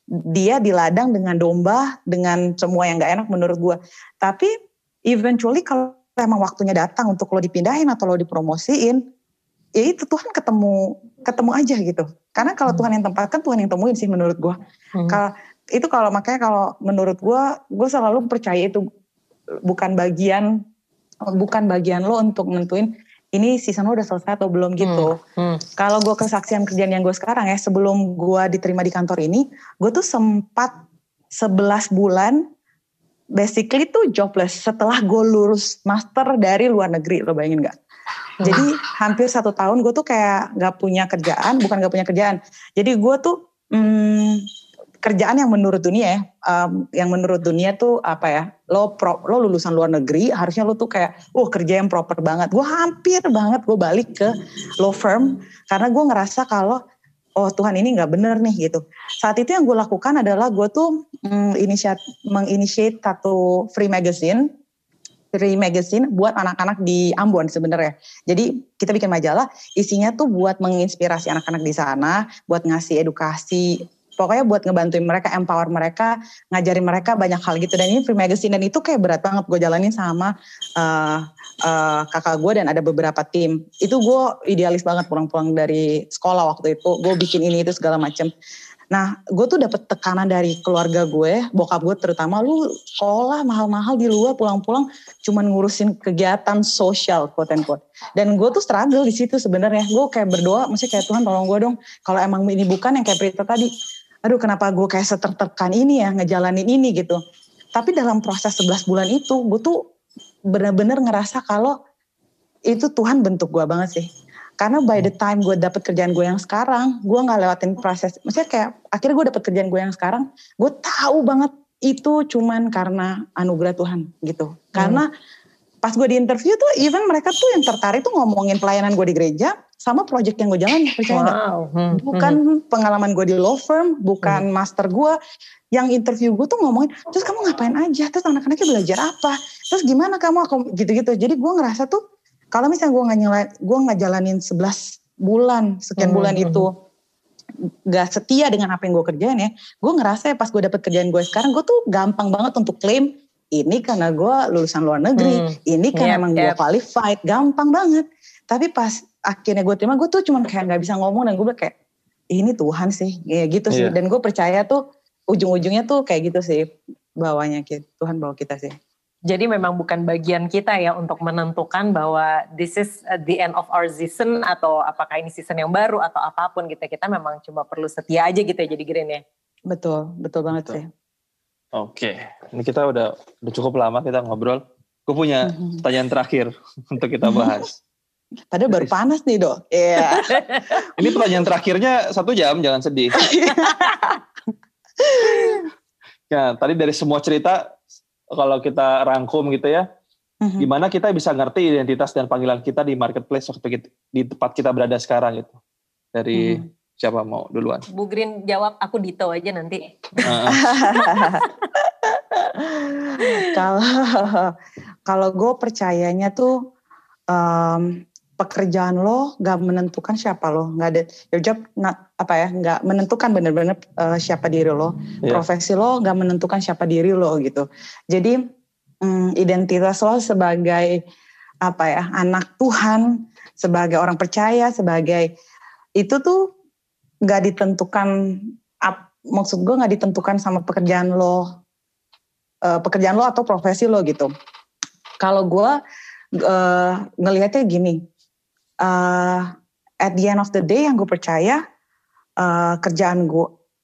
Speaker 3: Dia di ladang dengan domba, dengan semua yang gak enak menurut gue. Tapi eventually kalau emang waktunya datang untuk lo dipindahin atau lo dipromosiin, ya itu Tuhan ketemu ketemu aja gitu. Karena kalau hmm. Tuhan yang tempatkan, Tuhan yang temuin sih menurut gue. Hmm. Kalau itu kalau makanya kalau menurut gue, gue selalu percaya itu bukan bagian bukan bagian lo untuk nentuin ini season lo udah selesai atau belum gitu. Hmm. Hmm. Kalau gue kesaksian kerjaan yang gue sekarang ya, sebelum gue diterima di kantor ini, gue tuh sempat sebelas bulan basically tuh jobless setelah gue lulus master dari luar negeri, lo bayangin gak? Hmm. Jadi hampir satu tahun gue tuh kayak gak punya kerjaan, bukan gak punya kerjaan. Jadi gue tuh hmm, kerjaan yang menurut dunia ya, um, yang menurut dunia tuh apa ya, lo pro, lo lulusan luar negeri, harusnya lo tuh kayak, oh kerja yang proper banget. Gue hampir banget gue balik ke law firm karena gue ngerasa kalau oh Tuhan ini gak bener nih gitu. Saat itu yang gue lakukan adalah gue tuh mm, initiate, menginitiate satu free magazine, free magazine buat anak-anak di Ambon sebenarnya. Jadi kita bikin majalah, isinya tuh buat menginspirasi anak-anak di sana, buat ngasih edukasi, pokoknya buat ngebantuin mereka, empower mereka, ngajarin mereka banyak hal gitu. Dan ini free magazine, dan itu kayak berat banget gue jalanin sama uh, uh, kakak gue dan ada beberapa tim. Itu gue idealis banget pulang-pulang dari sekolah waktu itu. Gue bikin ini itu segala macem. Nah gue tuh dapet tekanan dari keluarga gue, bokap gue terutama, lu sekolah mahal-mahal di luar, pulang-pulang cuman ngurusin kegiatan sosial, quote and quote. Dan gue tuh struggle di situ sebenarnya. Gue kayak berdoa, mesti kayak Tuhan tolong gue dong. Kalau emang ini bukan yang kayak berita tadi, aduh kenapa gue kayak setertekan ini ya ngejalanin ini gitu. Tapi dalam proses sebelas bulan itu gue tuh benar-benar ngerasa kalau itu Tuhan bentuk gue banget sih. Karena by the time gue dapet kerjaan gue yang sekarang, gue gak lewatin proses. Maksudnya kayak akhirnya gue dapet kerjaan gue yang sekarang, gue tahu banget itu cuman karena anugerah Tuhan gitu. Karena pas gue di interview tuh even mereka tuh yang tertarik tuh ngomongin pelayanan gue di gereja sama project yang gue jalan, percaya gak? Wow. Hmm. Bukan hmm. pengalaman gue di law firm, bukan hmm. master gue. Yang interview gue tuh ngomongin, terus kamu ngapain aja? Terus anak-anaknya belajar apa? Terus gimana kamu? Gitu-gitu. Jadi gue ngerasa tuh, kalau misalnya gue nggak nyala, gue nggak jalanin sebelas bulan, sekian hmm. bulan itu nggak setia dengan apa yang gue kerjain ya, gue ngerasa ya pas gue dapet kerjaan gue sekarang, gue tuh gampang banget untuk klaim, ini karena gue lulusan luar negeri, hmm. ini karena yep, emang yep. gue qualified, gampang banget. Tapi pas akhirnya gue terima, gue tuh cuman kayak nggak bisa ngomong dan gue kayak, ini Tuhan sih, ya gitu sih. Yeah. Dan gue percaya tuh ujung-ujungnya tuh kayak gitu sih, bawanya gitu, Tuhan bawa kita sih.
Speaker 1: Jadi memang bukan bagian kita ya untuk menentukan bahwa this is the end of our season atau apakah ini season yang baru atau apapun gitu. Kita memang cuma perlu setia aja gitu ya jadi Green ya.
Speaker 3: Betul, betul banget betul. sih.
Speaker 2: Oke, ini kita udah, udah cukup lama kita ngobrol. Gue punya mm-hmm. pertanyaan terakhir untuk kita bahas.
Speaker 3: Padahal baru panas nih dok. Iya. Yeah.
Speaker 2: Ini pertanyaan terakhirnya satu jam, jangan sedih. Nah, tadi dari semua cerita, kalau kita rangkum gitu ya, mm-hmm. gimana kita bisa ngerti identitas dan panggilan kita di marketplace waktu kita, di tempat kita berada sekarang gitu. Dari mm. siapa mau duluan?
Speaker 1: Bu Green jawab, aku Dito aja nanti.
Speaker 3: Kalau kalau gue percayanya tuh um, pekerjaan lo gak menentukan siapa lo, gak ada your job not, apa ya, gak menentukan benar-benar uh, siapa diri lo, yeah. profesi lo gak menentukan siapa diri lo gitu. Jadi um, identitas lo sebagai apa ya, anak Tuhan, sebagai orang percaya, sebagai itu tuh gak ditentukan, ap, maksud gue gak ditentukan sama pekerjaan lo, uh, pekerjaan lo atau profesi lo gitu. Kalau gue uh, ngelihatnya gini, Uh, at the end of the day yang gue percaya uh, kerjaan gue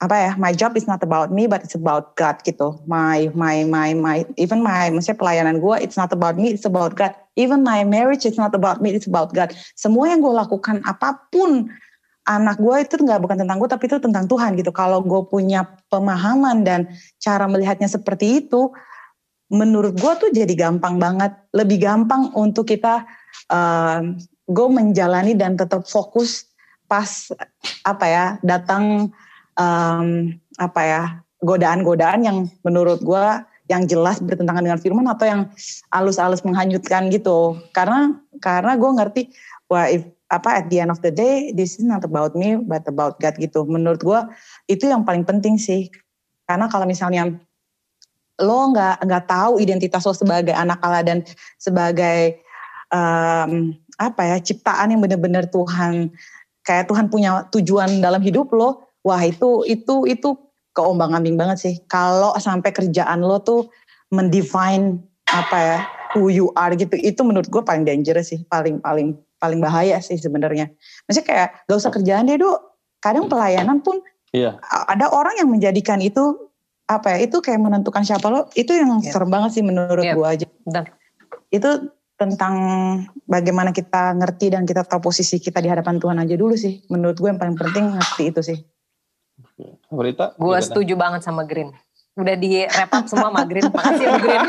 Speaker 3: apa ya, my job is not about me but it's about God gitu. My my my my even my maksudnya pelayanan gue it's not about me, it's about God. Even my marriage it's not about me, it's about God. Semua yang gue lakukan apapun anak gue itu nggak bukan tentang gue tapi itu tentang Tuhan gitu. Kalau gue punya pemahaman dan cara melihatnya seperti itu, menurut gue tuh jadi gampang banget, lebih gampang untuk kita uh, gue menjalani dan tetap fokus pas apa ya datang um, apa ya godaan-godaan yang menurut gue yang jelas bertentangan dengan firman atau yang alus-alus menghanyutkan gitu. Karena karena gue ngerti wah if, apa at the end of the day this is not about me but about God gitu. Menurut gue itu yang paling penting sih. Karena kalau misalnya lo nggak nggak tahu identitas lo sebagai anak Allah dan sebagai um, apa ya ciptaan yang benar-benar Tuhan kayak Tuhan punya tujuan dalam hidup lo, wah itu itu itu keombang-ambing banget sih. Kalau sampai kerjaan lo tuh mendefine apa ya who you are gitu, itu menurut gue paling dangerous sih, paling paling paling bahaya sih sebenarnya. Maksudnya kayak gak usah kerjaan deh Dok. Kadang pelayanan pun iya. Ada orang yang menjadikan itu apa ya itu kayak menentukan siapa lo, itu yang yeah. serem banget sih menurut yeah. gue aja. Betul. Itu tentang bagaimana kita ngerti dan kita tahu posisi kita di hadapan Tuhan aja dulu sih. Menurut gue yang paling penting ngerti itu sih.
Speaker 2: Berita?
Speaker 1: Gue setuju banget sama Green. Udah di wrap up semua sama Green. Makasih ya Green.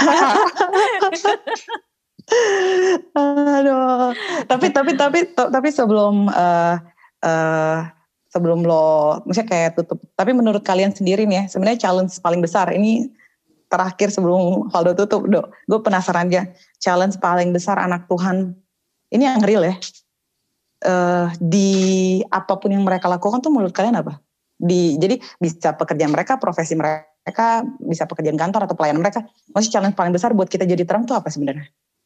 Speaker 3: Aduh. Tapi tapi tapi tapi sebelum uh, uh, sebelum lo, misalnya kayak tutup. Tapi menurut kalian sendiri nih ya, sebenarnya challenge paling besar ini terakhir sebelum Valdo tutup, Dok. Gue penasaran aja, challenge paling besar anak Tuhan, ini yang real ya, uh, di apapun yang mereka lakukan tuh menurut kalian apa? Di, jadi bisa pekerjaan mereka, profesi mereka, bisa pekerjaan kantor atau pelayanan mereka. Maksudnya challenge paling besar buat kita jadi terang tuh apa sebenarnya?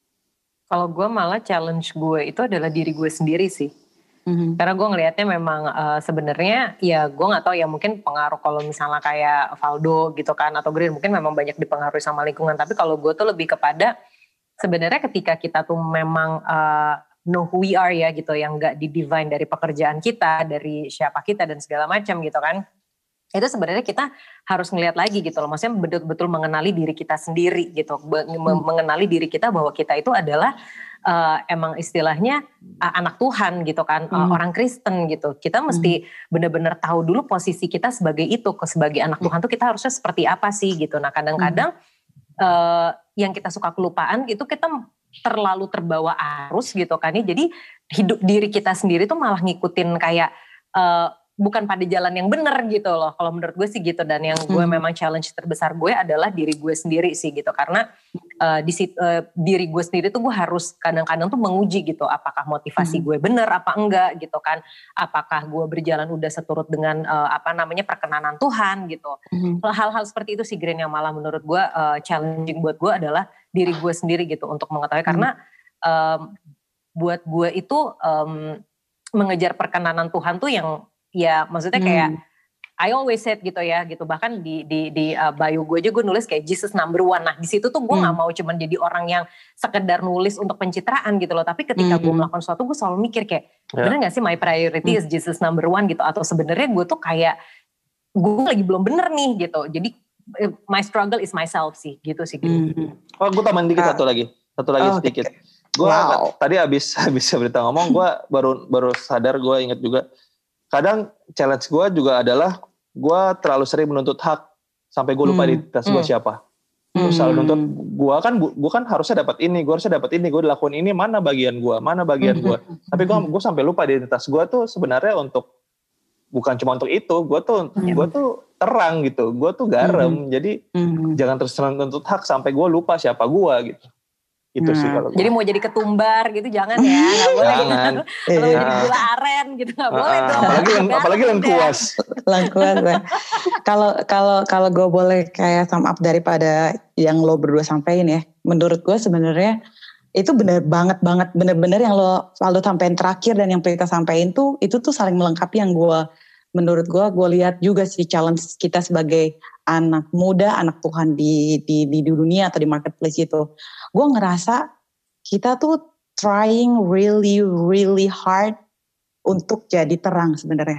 Speaker 1: Kalau gue malah challenge gue itu adalah diri gue sendiri sih. Mm-hmm. Karena gue ngelihatnya memang uh, sebenarnya ya gue nggak tahu ya mungkin pengaruh kalau misalnya kayak Valdo gitu kan atau Green mungkin memang banyak dipengaruhi sama lingkungan, tapi kalau gue tuh lebih kepada sebenarnya ketika kita tuh memang uh, know who we are ya gitu, yang nggak di-divine dari pekerjaan kita, dari siapa kita dan segala macam gitu kan, itu sebenarnya kita harus ngelihat lagi gitu loh, maksudnya betul-betul mengenali diri kita sendiri gitu, hmm. mengenali diri kita bahwa kita itu adalah uh, emang istilahnya uh, anak Tuhan gitu kan, hmm. uh, orang Kristen gitu. Kita mesti hmm. benar-benar tahu dulu posisi kita sebagai itu, sebagai anak Tuhan tuh kita harusnya seperti apa sih gitu. Nah kadang-kadang hmm. uh, yang kita suka kelupaan itu kita terlalu terbawa arus gitu kan ya, jadi hidup diri kita sendiri tuh malah ngikutin kayak uh, bukan pada jalan yang benar gitu loh, kalau menurut gue sih gitu. Dan yang gue hmm. memang challenge terbesar gue adalah diri gue sendiri sih gitu, karena uh, di uh, diri gue sendiri tuh gue harus kadang-kadang tuh menguji gitu, apakah motivasi hmm. gue benar apa enggak gitu kan, apakah gue berjalan udah seturut dengan uh, apa namanya perkenanan Tuhan gitu. hmm. Hal-hal seperti itu sih Green yang malah menurut gue uh, challenging buat gue adalah diri gue sendiri gitu untuk mengetahui, hmm. karena um, buat gue itu um, mengejar perkenanan Tuhan tuh yang ya maksudnya kayak hmm. I always said gitu ya gitu, bahkan di di di uh, bio gue aja gue nulis kayak Jesus number one. Nah di situ tuh gue nggak hmm. mau cuman jadi orang yang sekedar nulis untuk pencitraan gitu loh, tapi ketika hmm. gue melakukan sesuatu gue selalu mikir kayak yeah. bener nggak sih my priority hmm. is Jesus number one gitu, atau sebenarnya gue tuh kayak gue lagi belum bener nih gitu. Jadi my struggle is myself sih gitu sih. Gitu.
Speaker 2: Hmm. Oh gue tambahin dikit uh, satu lagi, satu lagi oh, sedikit. Okay. Gue wow. tadi abis abis berita ngomong gue baru baru sadar, gue inget juga. Kadang challenge gue juga adalah gue terlalu sering menuntut hak sampai gue lupa hmm. identitas gue hmm. siapa. Terus selalu nuntut gue kan gue kan harusnya dapat ini, gue harusnya dapat ini, gue dilakuin ini, mana bagian gue, mana bagian gue. Hmm. Tapi gue gue sampai lupa identitas gue tuh sebenarnya untuk bukan cuma untuk itu, gue tuh hmm. gue tuh terang gitu, gue tuh garam. Hmm. Jadi hmm. jangan terus menuntut hak sampai gue lupa siapa gue gitu. Itu nah, sih kalau
Speaker 1: jadi mau jadi ketumbar gitu jangan ya, nggak boleh jangan. Gitu. Kalau mau jadi gula aren gitu nggak boleh
Speaker 2: uh,
Speaker 1: dong.
Speaker 2: Apalagi apalagi lengkuas.
Speaker 3: Lengkuas ya. Kalau kalau kalau gue boleh kayak sum up daripada yang lo berdua sampein ya, menurut gue sebenarnya itu benar banget banget benar-benar yang lo selalu sampein terakhir dan yang kita sampein tuh itu tuh saling melengkapi. Yang gue menurut gue gue lihat juga sih challenge kita sebagai anak muda, anak Tuhan di di di dunia atau di marketplace itu. Gue ngerasa kita tuh trying really really hard untuk jadi terang sebenarnya.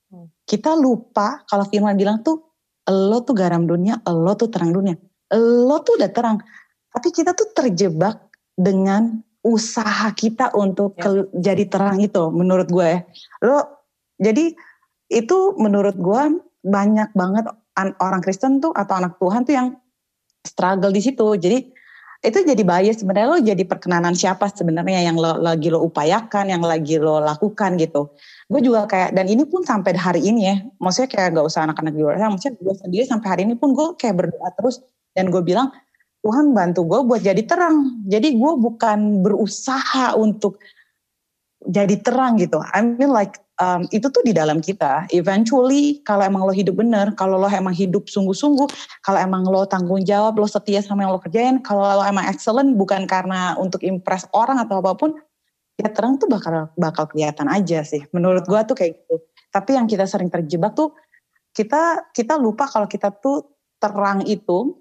Speaker 3: Kita lupa kalau firman bilang tuh, lo tuh garam dunia, lo tuh terang dunia. Lo tuh udah terang. Tapi kita tuh terjebak dengan usaha kita untuk ya. ke, jadi terang itu menurut gue ya. Lo, jadi itu menurut gue banyak banget orang Kristen tuh atau anak Tuhan tuh yang struggle di situ. Jadi itu jadi bias sebenarnya, lo jadi perkenanan siapa sebenarnya yang lo, lagi lo upayakan, yang lagi lo lakukan gitu. Gue juga kayak, dan ini pun sampai hari ini ya, maksudnya kayak gak usah anak-anak di luar sana, maksudnya gue sendiri sampai hari ini pun gue kayak berdoa terus, dan gue bilang, Tuhan bantu gue buat jadi terang. Jadi gue bukan berusaha untuk jadi terang gitu. I mean like, um, itu tuh di dalam kita. Eventually, kalau emang lo hidup bener, kalau lo emang hidup sungguh-sungguh, kalau emang lo tanggung jawab, lo setia sama yang lo kerjain, kalau lo emang excellent, bukan karena untuk impress orang atau apapun, ya terang tuh bakal bakal kelihatan aja sih. Menurut gue tuh kayak gitu. Tapi yang kita sering terjebak tuh, kita kita lupa kalau kita tuh terang itu,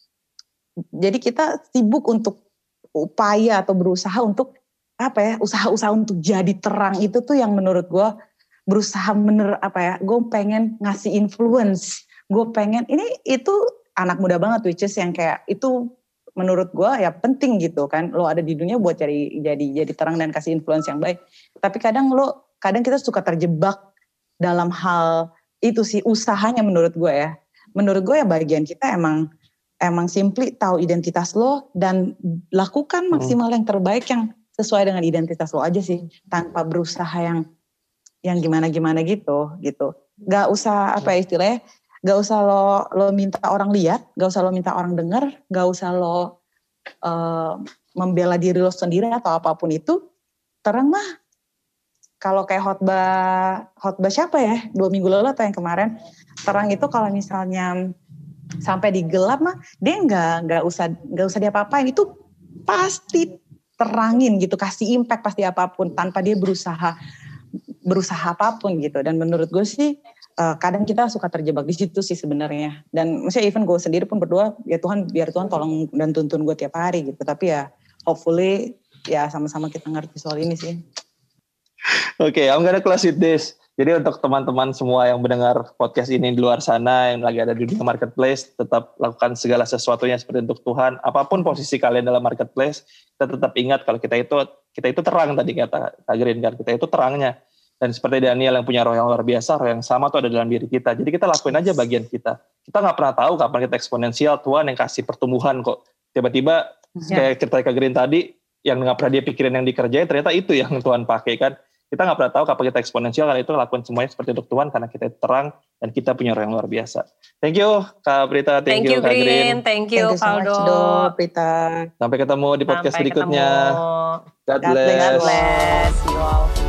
Speaker 3: jadi kita sibuk untuk upaya atau berusaha untuk apa ya, usaha-usaha untuk jadi terang itu tuh yang menurut gue berusaha bener apa ya, gue pengen ngasih influence, gue pengen ini itu anak muda banget which is yang kayak itu menurut gue ya penting gitu kan, lo ada di dunia buat jadi jadi jadi terang dan kasih influence yang baik. Tapi kadang lo kadang kita suka terjebak dalam hal itu sih usahanya menurut gue ya. Menurut gue ya bagian kita emang emang simply tahu identitas lo dan lakukan maksimal yang terbaik yang sesuai dengan identitas lo aja sih, tanpa berusaha yang yang gimana-gimana gitu gitu. Gak usah apa ya istilahnya, gak usah lo lo minta orang lihat, gak usah lo minta orang dengar, gak usah lo uh, membela diri lo sendiri atau apapun itu. Terang mah kalau kayak khotbah khotbah siapa ya dua minggu lalu atau yang kemarin, terang itu kalau misalnya sampai di gelap mah dia nggak nggak usah nggak usah diapa-apain, itu pasti terangin gitu, kasih impact pasti apapun tanpa dia berusaha berusaha apapun gitu. Dan menurut gue sih uh, kadang kita suka terjebak di situ sih sebenarnya. Dan maksudnya even gue sendiri pun berdoa ya Tuhan biar Tuhan tolong dan tuntun gue tiap hari gitu. Tapi ya hopefully ya sama-sama kita ngerti soal ini sih.
Speaker 2: Oke, okay, I'm gonna close with this. Jadi untuk teman-teman semua yang mendengar podcast ini di luar sana, yang lagi ada di dunia marketplace, tetap lakukan segala sesuatunya seperti untuk Tuhan. Apapun posisi kalian dalam marketplace, kita tetap ingat kalau kita itu kita itu terang tadi kata Kak Green kan, kita itu terangnya. Dan seperti Daniel yang punya roh yang luar biasa, roh yang sama tuh ada dalam diri kita. Jadi kita lakuin aja bagian kita. Kita nggak pernah tahu kapan kita eksponensial, Tuhan yang kasih pertumbuhan kok. Tiba-tiba ya. Kayak cerita Kak Green tadi, yang nggak pernah dia pikirin yang dikerjain, ternyata itu yang Tuhan pakai kan. Kita nggak pernah tahu kapan kita eksponensial, karena itu lakukan semuanya seperti untuk Tuhan, karena kita terang dan kita punya roh yang luar biasa. Thank you Kak Prita, thank, thank you Kak Green, Green.
Speaker 1: Thank you Faldo,
Speaker 3: so Prita.
Speaker 2: Sampai ketemu di podcast
Speaker 1: Sampai
Speaker 2: berikutnya.
Speaker 1: Ketemu.
Speaker 2: God bless.
Speaker 1: God bless you all.